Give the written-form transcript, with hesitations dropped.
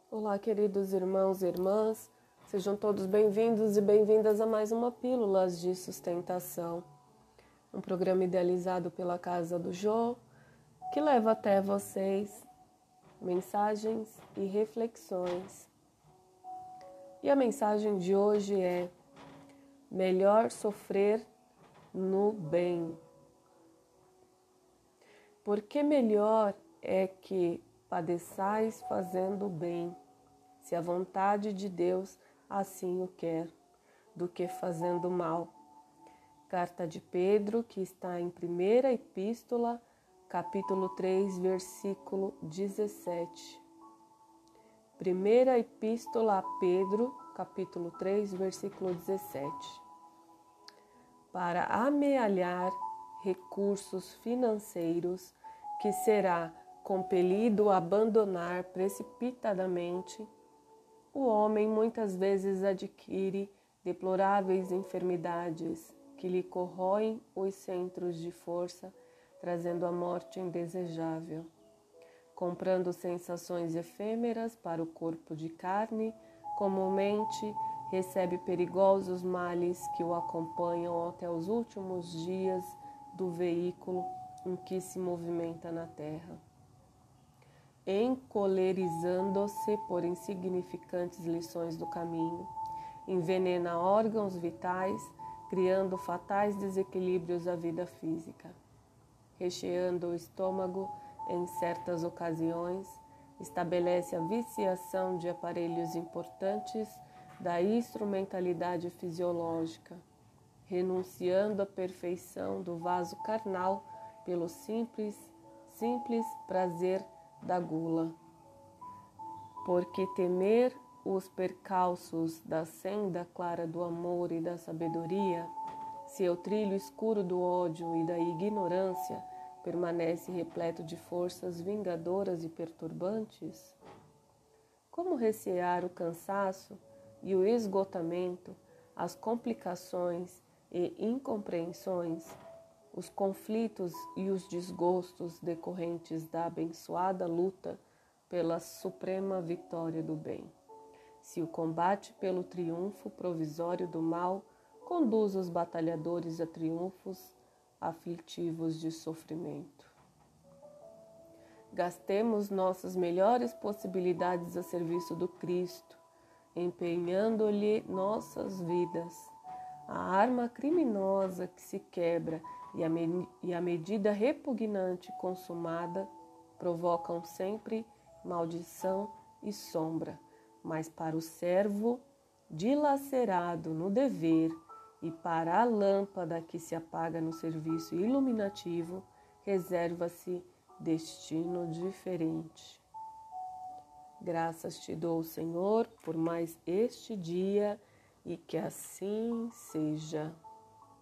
Olá, queridos irmãos e irmãs, sejam todos bem-vindos e bem-vindas a mais uma Pílulas de Sustentação, um programa idealizado pela Casa do Jô, que leva até vocês mensagens e reflexões. E a mensagem de hoje é: melhor sofrer no bem. Porque melhor é que padeçais fazendo o bem, se a vontade de Deus assim o quer, do que fazendo mal. Carta de Pedro, que está em 1ª Epístola, capítulo 3, versículo 17. 1ª Epístola a Pedro, capítulo 3, versículo 17. Para amealhar recursos financeiros que será compelido a abandonar precipitadamente, o homem muitas vezes adquire deploráveis enfermidades que lhe corroem os centros de força, trazendo a morte indesejável. Comprando sensações efêmeras para o corpo de carne, comumente recebe perigosos males que o acompanham até os últimos dias do veículo em que se movimenta na terra. Encolerizando-se por insignificantes lições do caminho, envenena órgãos vitais, criando fatais desequilíbrios à vida física. Recheando o estômago em certas ocasiões, estabelece a viciação de aparelhos importantes da instrumentalidade fisiológica, renunciando à perfeição do vaso carnal pelo simples prazer da gula. Porque temer os percalços da senda clara do amor e da sabedoria, se o trilho escuro do ódio e da ignorância permanece repleto de forças vingadoras e perturbantes? Como recear o cansaço e o esgotamento, as complicações e incompreensões, os conflitos e os desgostos decorrentes da abençoada luta pela suprema vitória do bem, se o combate pelo triunfo provisório do mal conduz os batalhadores a triunfos aflitivos de sofrimento? Gastemos nossas melhores possibilidades a serviço do Cristo, empenhando-lhe nossas vidas. A arma criminosa que se quebra e a medida repugnante consumada provocam sempre maldição e sombra, mas para o servo dilacerado no dever e para a lâmpada que se apaga no serviço iluminativo, reserva-se destino diferente. Graças te dou, Senhor, por mais este dia, e que assim seja.